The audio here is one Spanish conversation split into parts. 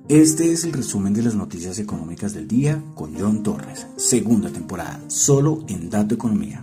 Este es el resumen de las noticias económicas del día con John Torres, segunda temporada, solo en Dato Economía.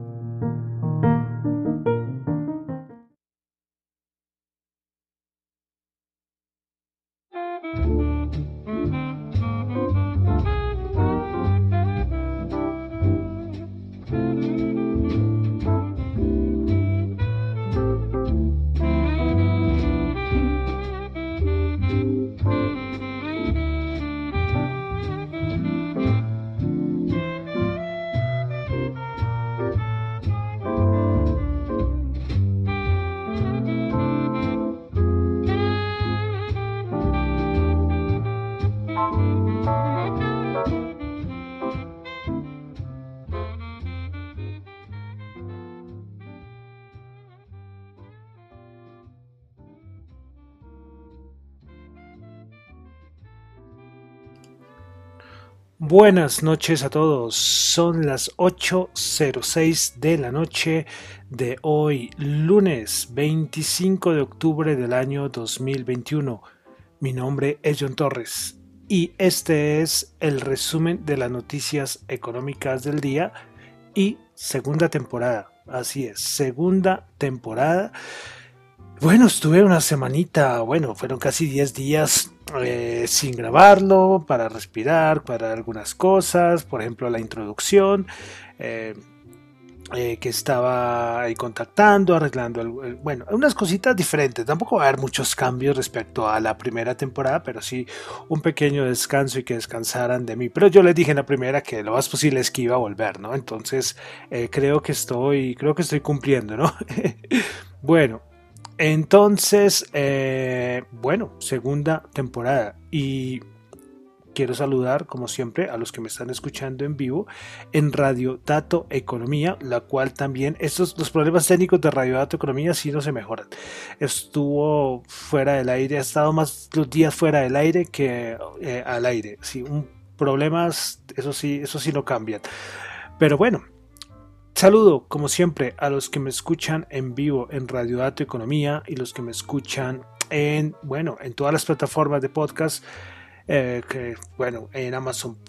Buenas noches a todos, son las 8:06 de la noche de hoy, lunes 25 de octubre del año 2021. Mi nombre es John Torres y este es el resumen de las noticias económicas del día y segunda temporada, así es, segunda temporada. Bueno, estuve una semanita, fueron casi 10 días sin grabarlo, para respirar, para algunas cosas, por ejemplo la introducción, eh, que estaba ahí contactando, arreglando, unas cositas diferentes. Tampoco va a haber muchos cambios respecto a la primera temporada, pero sí un pequeño descanso y que descansaran de mí. Pero yo les dije en la primera que lo más posible es que iba a volver, ¿no? Entonces creo que estoy cumpliendo, ¿no? Bueno. Entonces, segunda temporada y quiero saludar como siempre a los que me están escuchando en vivo en Radio Dato Economía, la cual también, los problemas técnicos de Radio Dato Economía sí no se mejoran. Estuvo fuera del aire, ha estado más los días fuera del aire que al aire. Sí, problemas, eso sí no cambian. Pero bueno. Saludo, como siempre, a los que me escuchan en vivo en Radio Dato Economía y los que me escuchan en todas las plataformas de podcast, en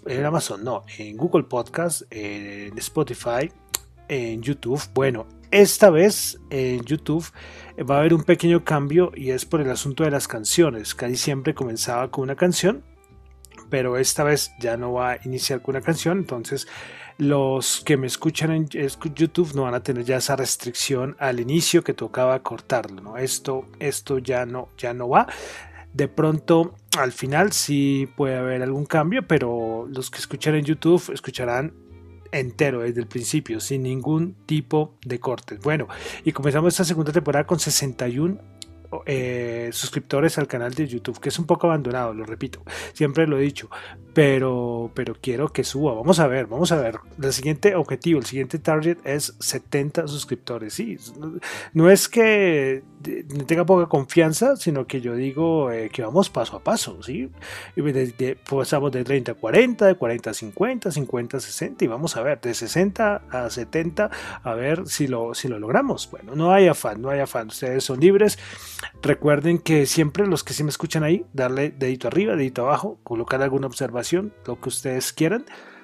Google Podcast, en Spotify, en YouTube. Bueno, esta vez en YouTube va a haber un pequeño cambio y es por el asunto de las canciones. Casi siempre comenzaba con una canción, pero esta vez ya no va a iniciar con una canción, entonces los que me escuchan en YouTube no van a tener ya esa restricción al inicio que tocaba cortarlo, ¿no? Esto ya no va. De pronto al final sí puede haber algún cambio, pero los que escuchan en YouTube escucharán entero desde el principio, sin ningún tipo de cortes. Bueno, y comenzamos esta segunda temporada con 61 suscriptores al canal de YouTube, que es un poco abandonado, lo repito, siempre lo he dicho, pero quiero que suba. Vamos a ver, el siguiente objetivo, el siguiente target es 70 suscriptores. Sí, no es que tenga poca confianza, sino que yo digo que vamos paso a paso, ¿sí? Pasamos de 30 a 40, de 40 a 50, 50 a 60 y vamos a ver, de 60 a 70, a ver si lo logramos. Bueno, no hay afán, ustedes son libres. Recuerden que siempre los que sí me escuchan ahí, darle dedito arriba, dedito abajo, colocar alguna observación, lo que ustedes quieran.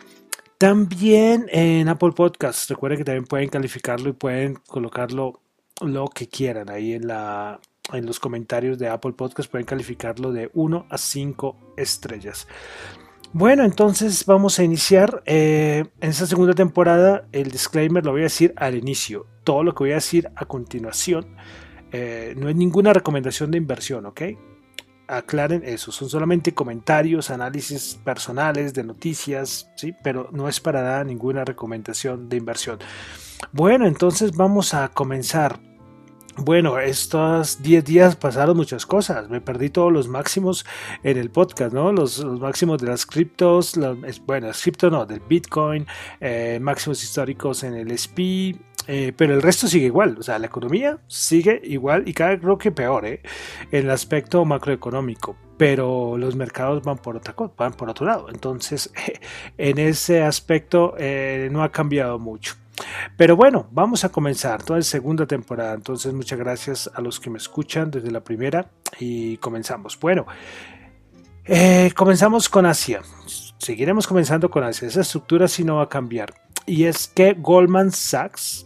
También en Apple Podcasts, recuerden que también pueden calificarlo y pueden colocarlo lo que quieran ahí en los comentarios de Apple Podcasts, pueden calificarlo de 1 a 5 estrellas. Bueno, entonces vamos a iniciar en esta segunda temporada. El disclaimer lo voy a decir al inicio. Todo lo que voy a decir a continuación no es ninguna recomendación de inversión, ¿ok? Aclaren eso, son solamente comentarios, análisis personales de noticias, ¿sí? Pero no es para nada ninguna recomendación de inversión. Bueno, entonces vamos a comenzar. Bueno, estos 10 días pasaron muchas cosas. Me perdí todos los máximos en el podcast, ¿no? Los máximos de las criptos, del Bitcoin, máximos históricos en el SPY, pero el resto sigue igual. O sea, la economía sigue igual y cada creo que peor, en el aspecto macroeconómico. Pero los mercados van por otro lado. Entonces, en ese aspecto no ha cambiado mucho. Pero bueno, vamos a comenzar toda la segunda temporada. Entonces muchas gracias a los que me escuchan desde la primera y comenzamos. Bueno, Comenzamos con Asia. Seguiremos comenzando con Asia. Esa estructura sí no va a cambiar. Y es que Goldman Sachs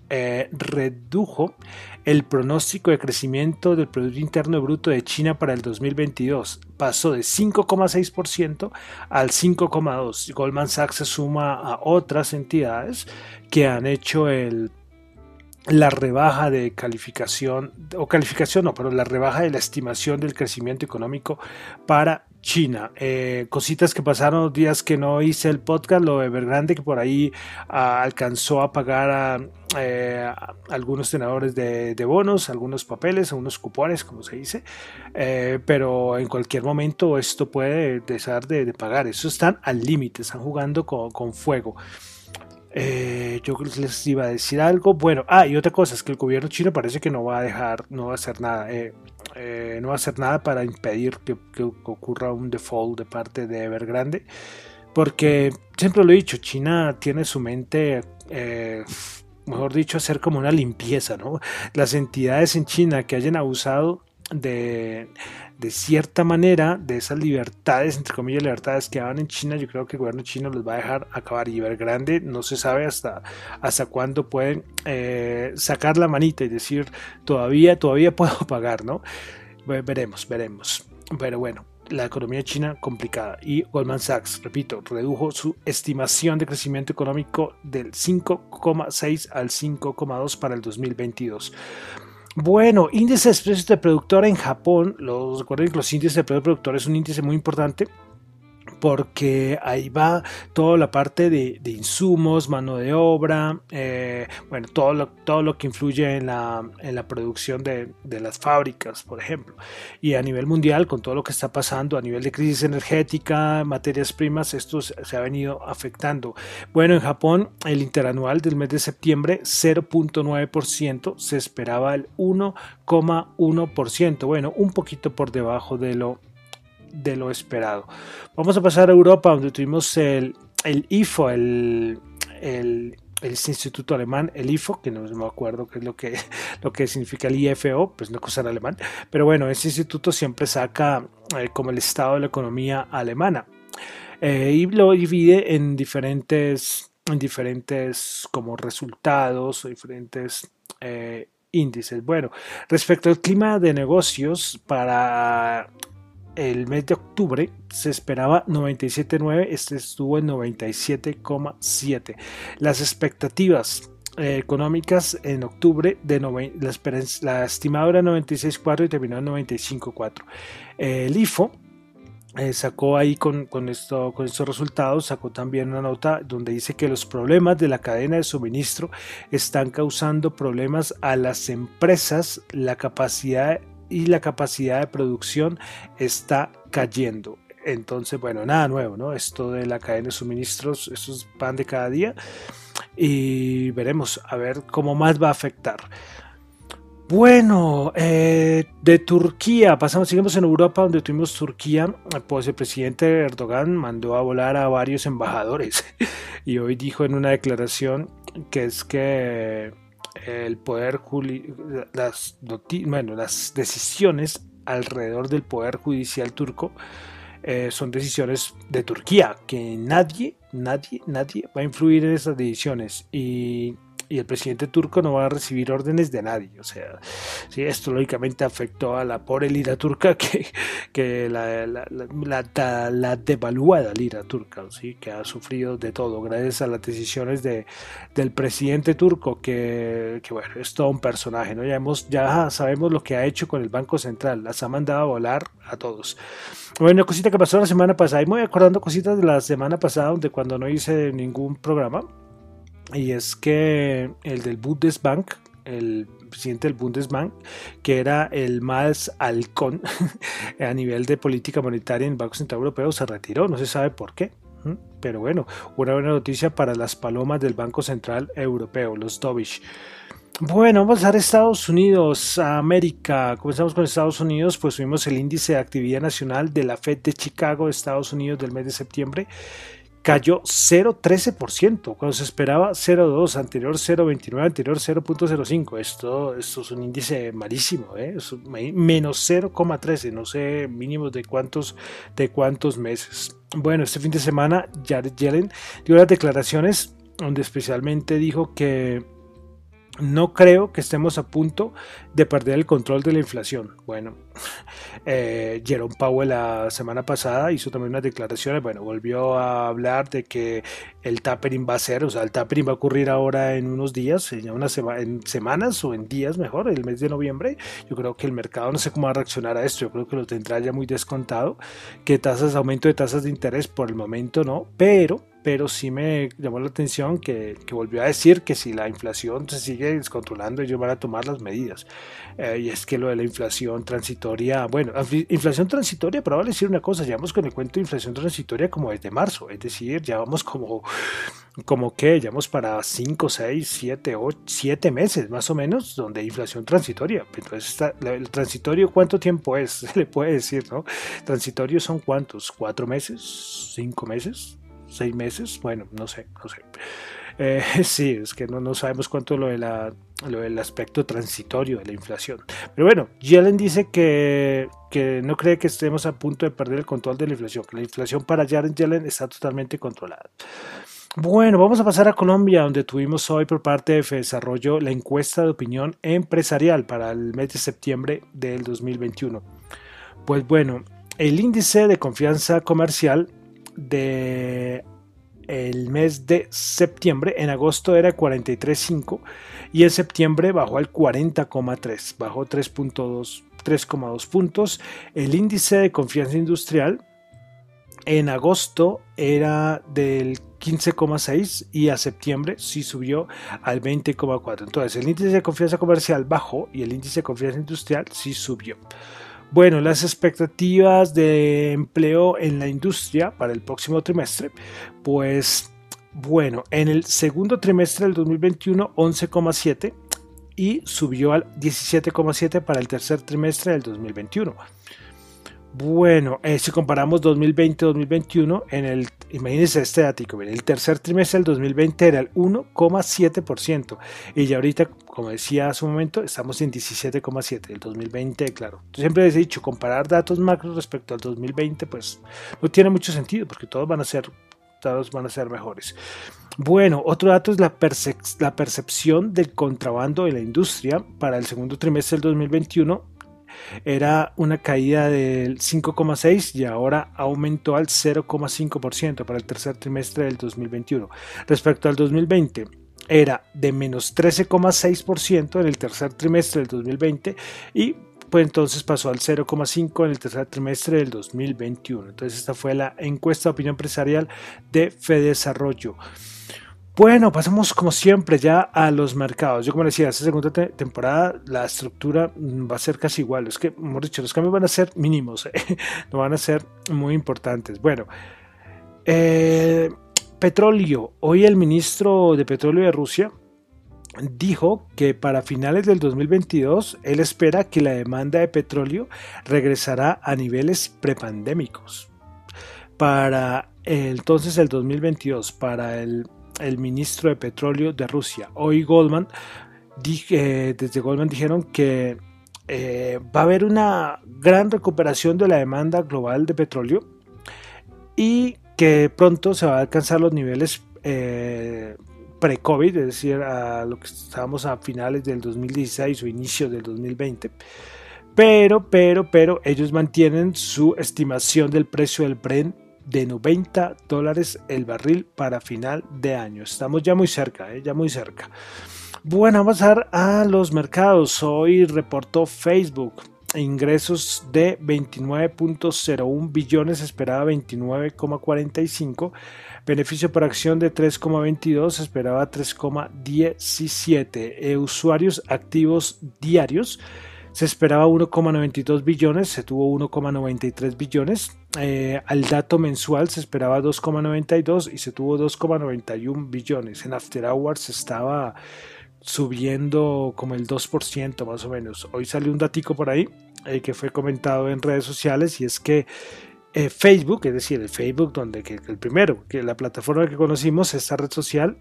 redujo el pronóstico de crecimiento del Producto Interno Bruto de China para el 2022. Pasó de 5,6% al 5,2%. Goldman Sachs se suma a otras entidades que han hecho la rebaja de calificación, o calificación no, pero la rebaja de la estimación del crecimiento económico para China. Cositas que pasaron los días que no hice el podcast, lo de Evergrande, que por ahí alcanzó a pagar a algunos tenedores de bonos, algunos papeles, algunos cupones, como se dice, pero en cualquier momento esto puede dejar de pagar. Eso están al límite, están jugando con fuego. Yo les iba a decir algo. Bueno, y otra cosa es que el gobierno chino parece que no va a hacer nada. No va a hacer nada para impedir que ocurra un default de parte de Evergrande, porque siempre lo he dicho, China tiene su mente, mejor dicho, hacer como una limpieza, ¿no? Las entidades en China que hayan abusado de cierta manera de esas libertades, entre comillas libertades que daban en China, yo creo que el gobierno chino los va a dejar acabar. Y Evergrande no se sabe hasta cuándo pueden sacar la manita y decir todavía puedo pagar, ¿no? Veremos. Pero bueno, la economía china complicada, y Goldman Sachs, repito, redujo su estimación de crecimiento económico del 5,6 al 5,2 para el 2022. Bueno, índice de precios de productor en Japón. Recuerden que los índices de precios de productor es un índice muy importante porque ahí va toda la parte de insumos, mano de obra, bueno, todo lo que influye en la producción de las fábricas, por ejemplo. Y a nivel mundial, con todo lo que está pasando a nivel de crisis energética, materias primas, esto se ha venido afectando. Bueno, en Japón, el interanual del mes de septiembre, 0,9%, se esperaba el 1,1%, bueno, un poquito por debajo de lo esperado. Vamos a pasar a Europa, donde tuvimos el IFO, el instituto alemán, el IFO, que no me acuerdo qué es lo que significa el IFO, pues no cosa en alemán, pero bueno, ese instituto siempre saca como el estado de la economía alemana, y lo divide en diferentes como resultados o diferentes índices. Bueno, respecto al clima de negocios para el mes de octubre se esperaba 97,9, este estuvo en 97,7. Las expectativas económicas en octubre la estimada era 96,4 y terminó en 95,4. El IFO sacó ahí con estos resultados, sacó también una nota donde dice que los problemas de la cadena de suministro están causando problemas a las empresas, la capacidad de producción está cayendo. Entonces, bueno, nada nuevo, ¿no? Esto de la cadena de suministros, esto es pan de cada día, y veremos a ver cómo más va a afectar. Bueno, de Turquía seguimos en Europa, donde tuvimos Turquía. Pues el presidente Erdogan mandó a volar a varios embajadores y hoy dijo en una declaración que es que el poder las decisiones alrededor del poder judicial turco son decisiones de Turquía, que nadie va a influir en esas decisiones, y el presidente turco no va a recibir órdenes de nadie. O sea, sí, esto lógicamente afectó a la pobre lira turca, que la devaluada lira turca, ¿sí? Que ha sufrido de todo gracias a las decisiones del presidente turco, que bueno, es todo un personaje, ¿no? Ya sabemos lo que ha hecho con el Banco Central, las ha mandado a volar a todos. Bueno, una cosita que pasó la semana pasada, y me voy acordando cositas de la semana pasada, donde cuando no hice ningún programa, y es que el del Bundesbank, el presidente del Bundesbank, que era el más halcón a nivel de política monetaria en el Banco Central Europeo, se retiró, no se sabe por qué. Pero bueno, una buena noticia para las palomas del Banco Central Europeo, los Dovish. Bueno, vamos a pasar a Estados Unidos, a América. Comenzamos con Estados Unidos, pues tuvimos el índice de actividad nacional de la Fed de Chicago, Estados Unidos, del mes de septiembre, cayó 0,13%, cuando se esperaba 0,2, anterior 0,29, anterior 0,05. Esto es un índice malísimo, es menos 0,13, no sé mínimos de cuántos meses. Bueno, este fin de semana Janet Yellen dio las declaraciones donde especialmente dijo que no creo que estemos a punto de perder el control de la inflación. Bueno, Jerome Powell la semana pasada hizo también unas declaraciones, bueno, volvió a hablar de que el tapering va a ser, o sea, el tapering va a ocurrir ahora en unos días, en semanas o en días mejor, el mes de noviembre. Yo creo que el mercado no sé cómo va a reaccionar a esto, yo creo que lo tendrá ya muy descontado, que aumento de tasas de interés por el momento no, pero sí me llamó la atención que volvió a decir que si la inflación se sigue descontrolando, ellos van a tomar las medidas. Y es que lo de la inflación transitoria, bueno, inflación transitoria, pero vale decir una cosa, llevamos con el cuento de inflación transitoria como desde marzo, es decir, ya vamos como que llevamos para 5, 6, 7, 8, 7 meses más o menos donde hay inflación transitoria. Entonces, el transitorio, ¿cuánto tiempo es? Se le puede decir, ¿no? Transitorio son ¿cuántos? ¿4 meses? ¿5 meses? 6 meses, bueno, no sé. Sí, es que no sabemos cuánto lo del aspecto transitorio de la inflación. Pero bueno, Yellen dice que no cree que estemos a punto de perder el control de la inflación, que la inflación para Janet Yellen está totalmente controlada. Bueno, vamos a pasar a Colombia, donde tuvimos hoy por parte de Fedesarrollo la encuesta de opinión empresarial para el mes de septiembre del 2021. Pues bueno, el índice de confianza comercial de el mes de septiembre, en agosto era 43.5 y en septiembre bajó al 40,3, bajó 3,2 puntos. El índice de confianza industrial en agosto era del 15,6 y a septiembre sí subió al 20,4. Entonces el índice de confianza comercial bajó y el índice de confianza industrial sí subió. Bueno, las expectativas de empleo en la industria para el próximo trimestre, pues bueno, en el segundo trimestre del 2021 11,7 y subió al 17,7 para el tercer trimestre del 2021. Bueno, si comparamos 2020-2021, imagínense este dato, el tercer trimestre del 2020 era el 1,7% y ya ahorita, como decía hace un momento, estamos en 17,7%, el 2020, claro. Yo siempre les he dicho, comparar datos macros respecto al 2020, pues no tiene mucho sentido porque todos van a ser mejores. Bueno, otro dato es la percepción del contrabando de la industria para el segundo trimestre del 2021. Era una caída del 5,6 y ahora aumentó al 0,5% para el tercer trimestre del 2021. Respecto al 2020, era de menos 13,6% en el tercer trimestre del 2020 y pues entonces pasó al 0,5 en el tercer trimestre del 2021. Entonces esta fue la encuesta de opinión empresarial de Fedesarrollo. Bueno, pasamos como siempre ya a los mercados. Yo como decía, esta segunda temporada la estructura va a ser casi igual. Es que, hemos dicho, los cambios van a ser mínimos, no van a ser muy importantes. Bueno, petróleo. Hoy el ministro de Petróleo de Rusia dijo que para finales del 2022 él espera que la demanda de petróleo regresará a niveles prepandémicos. Para entonces el 2022, para el ministro de Petróleo de Rusia, hoy desde Goldman dijeron que va a haber una gran recuperación de la demanda global de petróleo y que pronto se va a alcanzar los niveles pre-COVID, es decir, a lo que estábamos a finales del 2016 o inicios del 2020. Pero ellos mantienen su estimación del precio del Brent de $90 el barril para final de año. Estamos ya muy cerca, ya muy cerca. Bueno, vamos a pasar a los mercados. Hoy reportó Facebook ingresos de 29.01 billones, esperaba 29,45. Beneficio por acción de 3,22, esperaba 3,17. Usuarios activos diarios, se esperaba 1,92 billones, se tuvo 1,93 billones. Al dato mensual se esperaba 2,92 y se tuvo 2,91 billones. En After Hours estaba subiendo como el 2% más o menos. Hoy salió un datico por ahí que fue comentado en redes sociales y es que Facebook, es decir, el Facebook donde el primero, que la plataforma que conocimos, esta red social,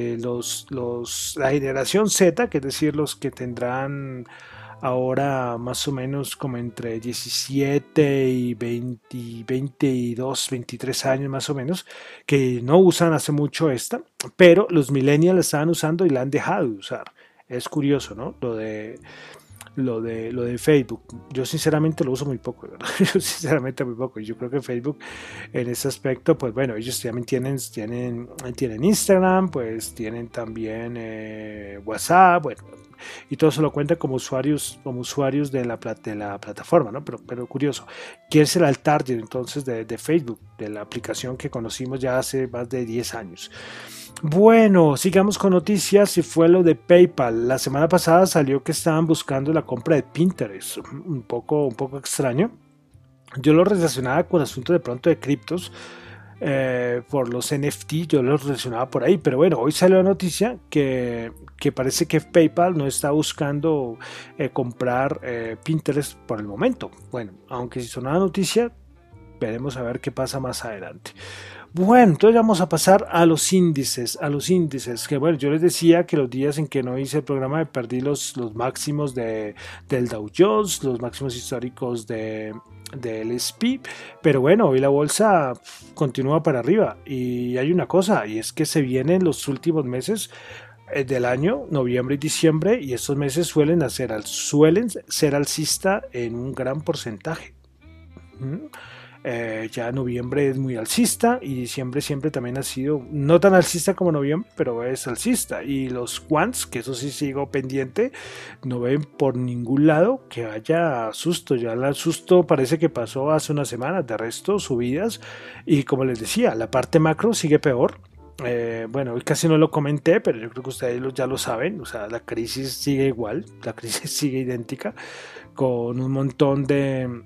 la generación Z, que es decir, los que tendrán ahora más o menos como entre 17 y 20, 22, 23 años más o menos, que no usan hace mucho esta, pero los millennials la estaban usando y la han dejado de usar. Es curioso, ¿no? Lo de Facebook. Yo sinceramente lo uso muy poco, ¿verdad? Yo sinceramente muy poco. Yo creo que Facebook en ese aspecto, pues bueno, ellos también tienen Instagram, pues tienen también WhatsApp, bueno, y todo se lo cuenta como usuarios de la plataforma, ¿no? Pero curioso. ¿Quién será el target entonces de Facebook, de la aplicación que conocimos ya hace más de 10 años? Bueno, sigamos con noticias y fue lo de PayPal. La semana pasada salió que estaban buscando la compra de Pinterest, un poco extraño. Yo lo relacionaba con asuntos de pronto de criptos, por los NFT, yo lo relacionaba por ahí, pero bueno, hoy salió la noticia que parece que PayPal no está buscando comprar Pinterest por el momento. Bueno, aunque si sonó la noticia, veremos a ver qué pasa más adelante. Bueno, entonces vamos a pasar a los índices, que bueno, yo les decía que los días en que no hice el programa me perdí los máximos del Dow Jones, los máximos históricos del SP, pero bueno, hoy la bolsa continúa para arriba y hay una cosa, y es que se vienen los últimos meses del año, noviembre y diciembre, y estos meses suelen ser alcista en un gran porcentaje. Ya noviembre es muy alcista y diciembre siempre también ha sido no tan alcista como noviembre, pero es alcista, y los quants, que eso sí sigo pendiente, no ven por ningún lado que haya susto. Ya el susto parece que pasó hace unas semanas, de resto subidas, y como les decía, la parte macro sigue peor. Bueno, hoy casi no lo comenté, pero yo creo que ustedes ya lo saben, o sea, la crisis sigue igual, la crisis sigue idéntica, con un montón de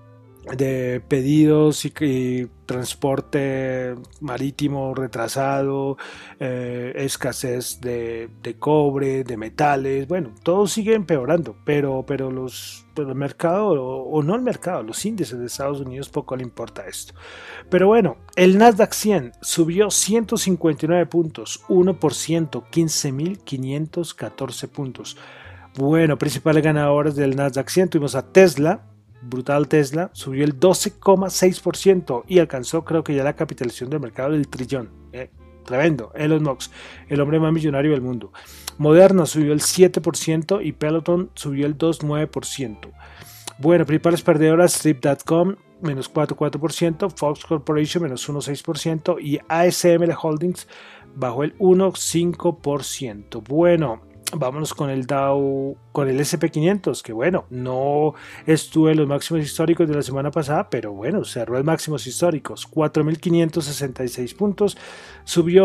pedidos y transporte marítimo retrasado, escasez de cobre, de metales, bueno, todo sigue empeorando, pero el mercado, o no el mercado, los índices de Estados Unidos poco le importa esto. Pero bueno, el Nasdaq 100 subió 159 puntos, 1%, 15.514 puntos. Bueno, principales ganadores del Nasdaq 100 tuvimos a Tesla. Brutal. Tesla subió el 12,6% y alcanzó, creo que ya, la capitalización del mercado del trillón. Tremendo. Elon Musk, el hombre más millonario del mundo. Moderna subió el 7% y Peloton subió el 2,9%. Bueno, principales perdedoras: Trip.com menos 4,4%, Fox Corporation menos 1,6% y ASML Holdings bajó el 1,5%. Bueno, vámonos con el Dow, con el SP500, que bueno, no estuvo en los máximos históricos de la semana pasada, pero bueno, cerró en máximos históricos, 4.566 puntos, subió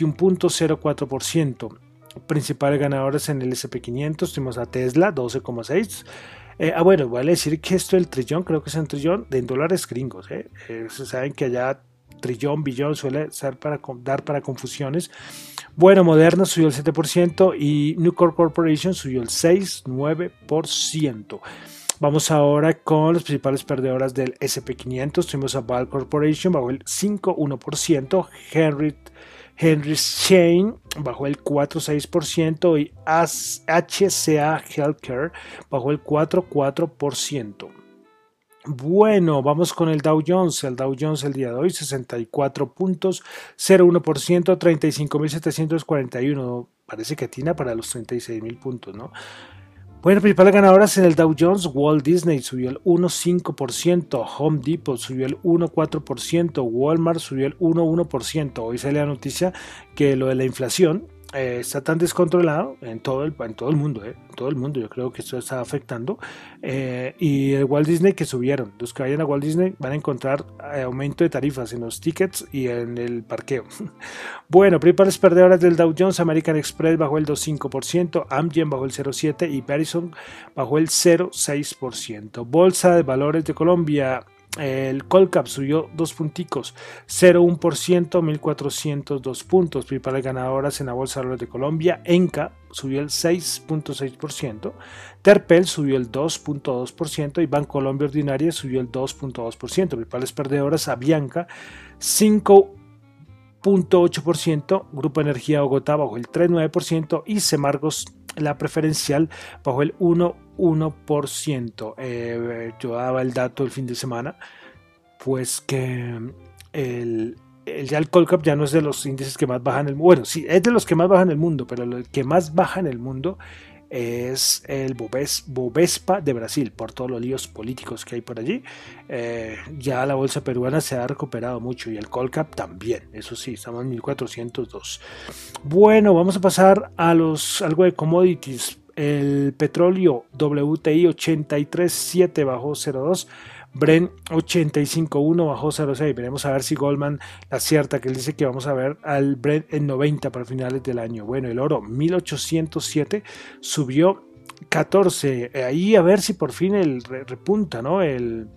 21,04%. Principales ganadores en el SP500, tuvimos a Tesla, 12,6%. Bueno, vale decir que esto del trillón, creo que es un trillón de dólares gringos. Saben que allá trillón, billón suele ser dar para confusiones. Bueno, Moderna subió el 7% y Nucor Corporation subió el 6,9%. Vamos ahora con las principales perdedoras del SP500. Tuvimos a Ball Corporation bajo el 5,1%, Henry Schein bajó el 4,6% y HCA Healthcare bajó el 4,4%. Bueno, vamos con el Dow Jones. El Dow Jones el día de hoy, 64 puntos, 0,1%, 35.741. Parece que atina para los 36.000 puntos, ¿no? Bueno, principales ganadoras en el Dow Jones: Walt Disney subió el 1,5%, Home Depot subió el 1,4%, Walmart subió el 1,1%. Hoy sale la noticia que lo de la inflación está tan descontrolado en todo el mundo, en todo el mundo. Yo creo que esto está afectando, y el Walt Disney, que subieron. Los que vayan a Walt Disney van a encontrar aumento de tarifas en los tickets y en el parqueo. Bueno, principales perdedoras del Dow Jones: American Express bajó el 2,5%, Amgen bajó el 0,7% y Verizon bajó el 0,6%. Bolsa de Valores de Colombia: El Colcap subió 2 punticos, 0,1%, 1.402 puntos. Principales ganadoras en la Bolsa de Valores de Colombia, Enca subió el 6,6%, Terpel subió el 2,2% y Bancolombia Ordinaria subió el 2,2%. Principales perdedoras, Avianca 5,8%, Grupo Energía Bogotá bajó el 3,9% y Semargos, la preferencial, bajó el 1,1%. Yo daba el dato el fin de semana, pues que ya el Colcap ya no es de los índices que más bajan en el mundo. Bueno, sí, es de los que más bajan en el mundo, pero el que más baja en el mundo es el Bovespa de Brasil, por todos los líos políticos que hay por allí. Ya la bolsa peruana se ha recuperado mucho y el Colcap también, eso sí, estamos en 1402. Bueno, vamos a pasar a algo de commodities. El petróleo WTI 83.7 bajó 0,2, Brent 85.1 bajó 0,6. Veremos a ver si Goldman acierta, que él dice que vamos a ver al Brent en 90 para finales del año. Bueno, el oro 1807 subió 14. Ahí a ver si por fin repunta, ¿no? El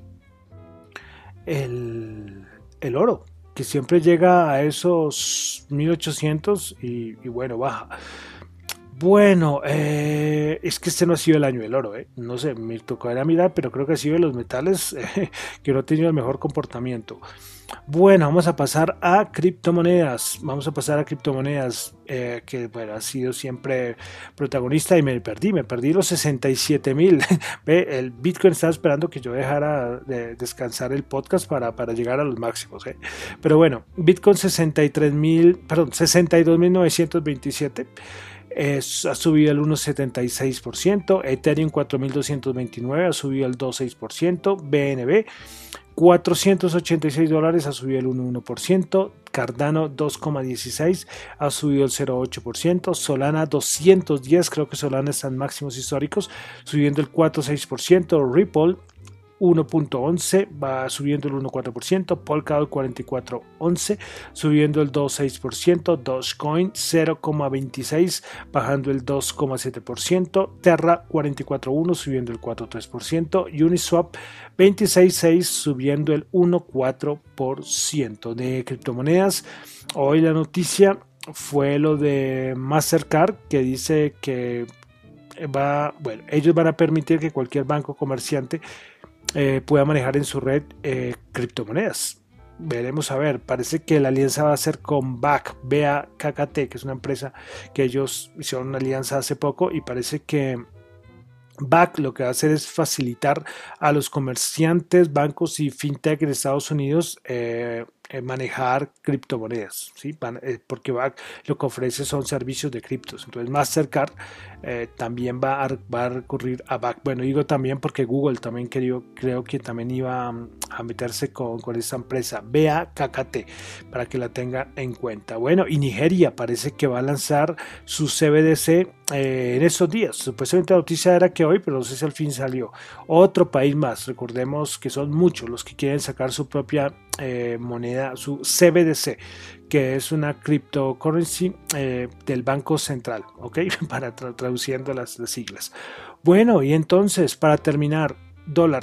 oro, que siempre llega a esos 1800 y bueno, baja. Bueno, es que este no ha sido el año del oro, no sé, me tocará mirar, pero creo que ha sido de los metales que no ha tenido el mejor comportamiento. Bueno, vamos a pasar a criptomonedas. Que bueno, ha sido siempre protagonista y me perdí los 67,000. El Bitcoin estaba esperando que yo dejara de descansar el podcast para llegar a los máximos. Pero bueno, Bitcoin 62.927. Ha subido el 1,76%, Ethereum 4.229 ha subido el 2,6%, BNB $486 ha subido el 1,1%, Cardano 2,16 ha subido el 0,8%, Solana 210, creo que Solana está en máximos históricos, subiendo el 4,6%, Ripple 1.11 va subiendo el 1.4%, Polkadot 44.11 subiendo el 2.6%, Dogecoin 0.26 bajando el 2.7%, Terra 44.1 subiendo el 4.3%, Uniswap 26.6 subiendo el 1.4%. De criptomonedas, hoy la noticia fue lo de Mastercard, que dice que ellos van a permitir que cualquier banco comerciante pueda manejar en su red criptomonedas. Veremos a ver, parece que la alianza va a ser con BAKKT, que es una empresa que ellos hicieron una alianza hace poco, y parece que BAK lo que va a hacer es facilitar a los comerciantes, bancos y fintech en Estados Unidos manejar criptomonedas, ¿sí? Porque BAK lo que ofrece son servicios de criptos. Entonces Mastercard también va a recurrir a BAK. Bueno, digo también porque Google también creo que también iba a meterse con esta empresa BAKKT, para que la tenga en cuenta. Bueno, y Nigeria parece que va a lanzar su CBDC en estos días. Supuestamente la noticia era que hoy, pero no sé si al fin salió. Otro país más, recordemos que son muchos los que quieren sacar su propia moneda, su CBDC, que es una cryptocurrency del Banco Central, ¿ok? Para traduciendo las siglas. Bueno, y entonces, para terminar, dólar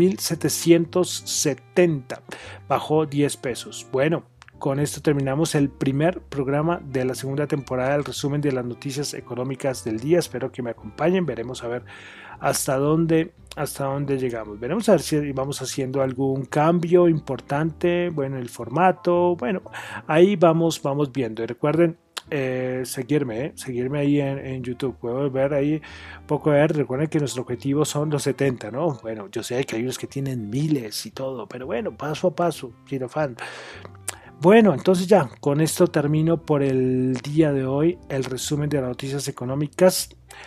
3.770, bajó 10 pesos. Bueno, con esto terminamos el primer programa de la segunda temporada del resumen de las noticias económicas del día. Espero que me acompañen, veremos a ver hasta dónde llegamos. Veremos a ver si vamos haciendo algún cambio importante, bueno, el formato, bueno, ahí vamos viendo. Y recuerden seguirme ahí en YouTube. Puedo ver ahí poco ver. Recuerden que nuestro objetivo son los 70, ¿no? Bueno, yo sé que hay unos que tienen miles y todo, pero bueno, paso a paso, Girofan. Bueno, entonces ya, con esto termino por el día de hoy el resumen de las noticias económicas.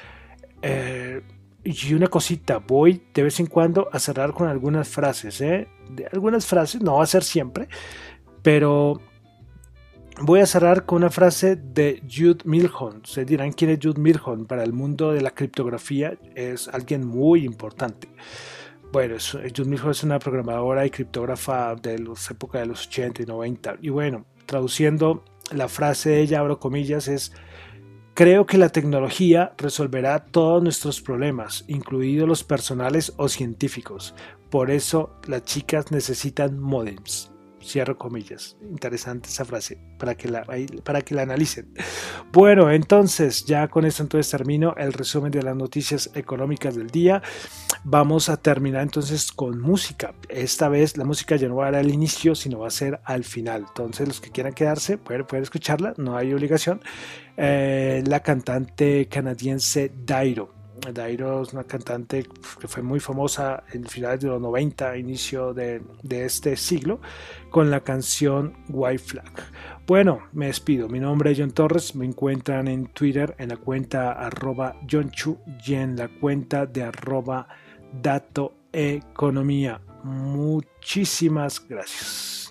Y una cosita, voy de vez en cuando a cerrar con algunas frases, algunas frases, no va a ser siempre, pero voy a cerrar con una frase de Jude Milhon. Ustedes dirán quién es Jude Milhon. Para el mundo de la criptografía es alguien muy importante. Bueno, Jude Milhon es una programadora y criptógrafa de la época de los 80 y 90. Y bueno, traduciendo la frase de ella, abro comillas, es: Creo que la tecnología resolverá todos nuestros problemas, incluidos los personales o científicos. Por eso las chicas necesitan módems. Cierro comillas. Interesante esa frase para que la analicen. Bueno, entonces ya con esto entonces termino el resumen de las noticias económicas del día. Vamos a terminar entonces con música. Esta vez la música ya no va a dar al inicio, sino va a ser al final. Entonces los que quieran quedarse pueden escucharla, no hay obligación. La cantante canadiense Dairo. Dairo es una cantante que fue muy famosa en finales de los 90, inicio de este siglo, con la canción White Flag. Bueno, me despido. Mi nombre es John Torres. Me encuentran en Twitter en la cuenta @JohnChu y en la cuenta de @DatoEconomía. Muchísimas gracias.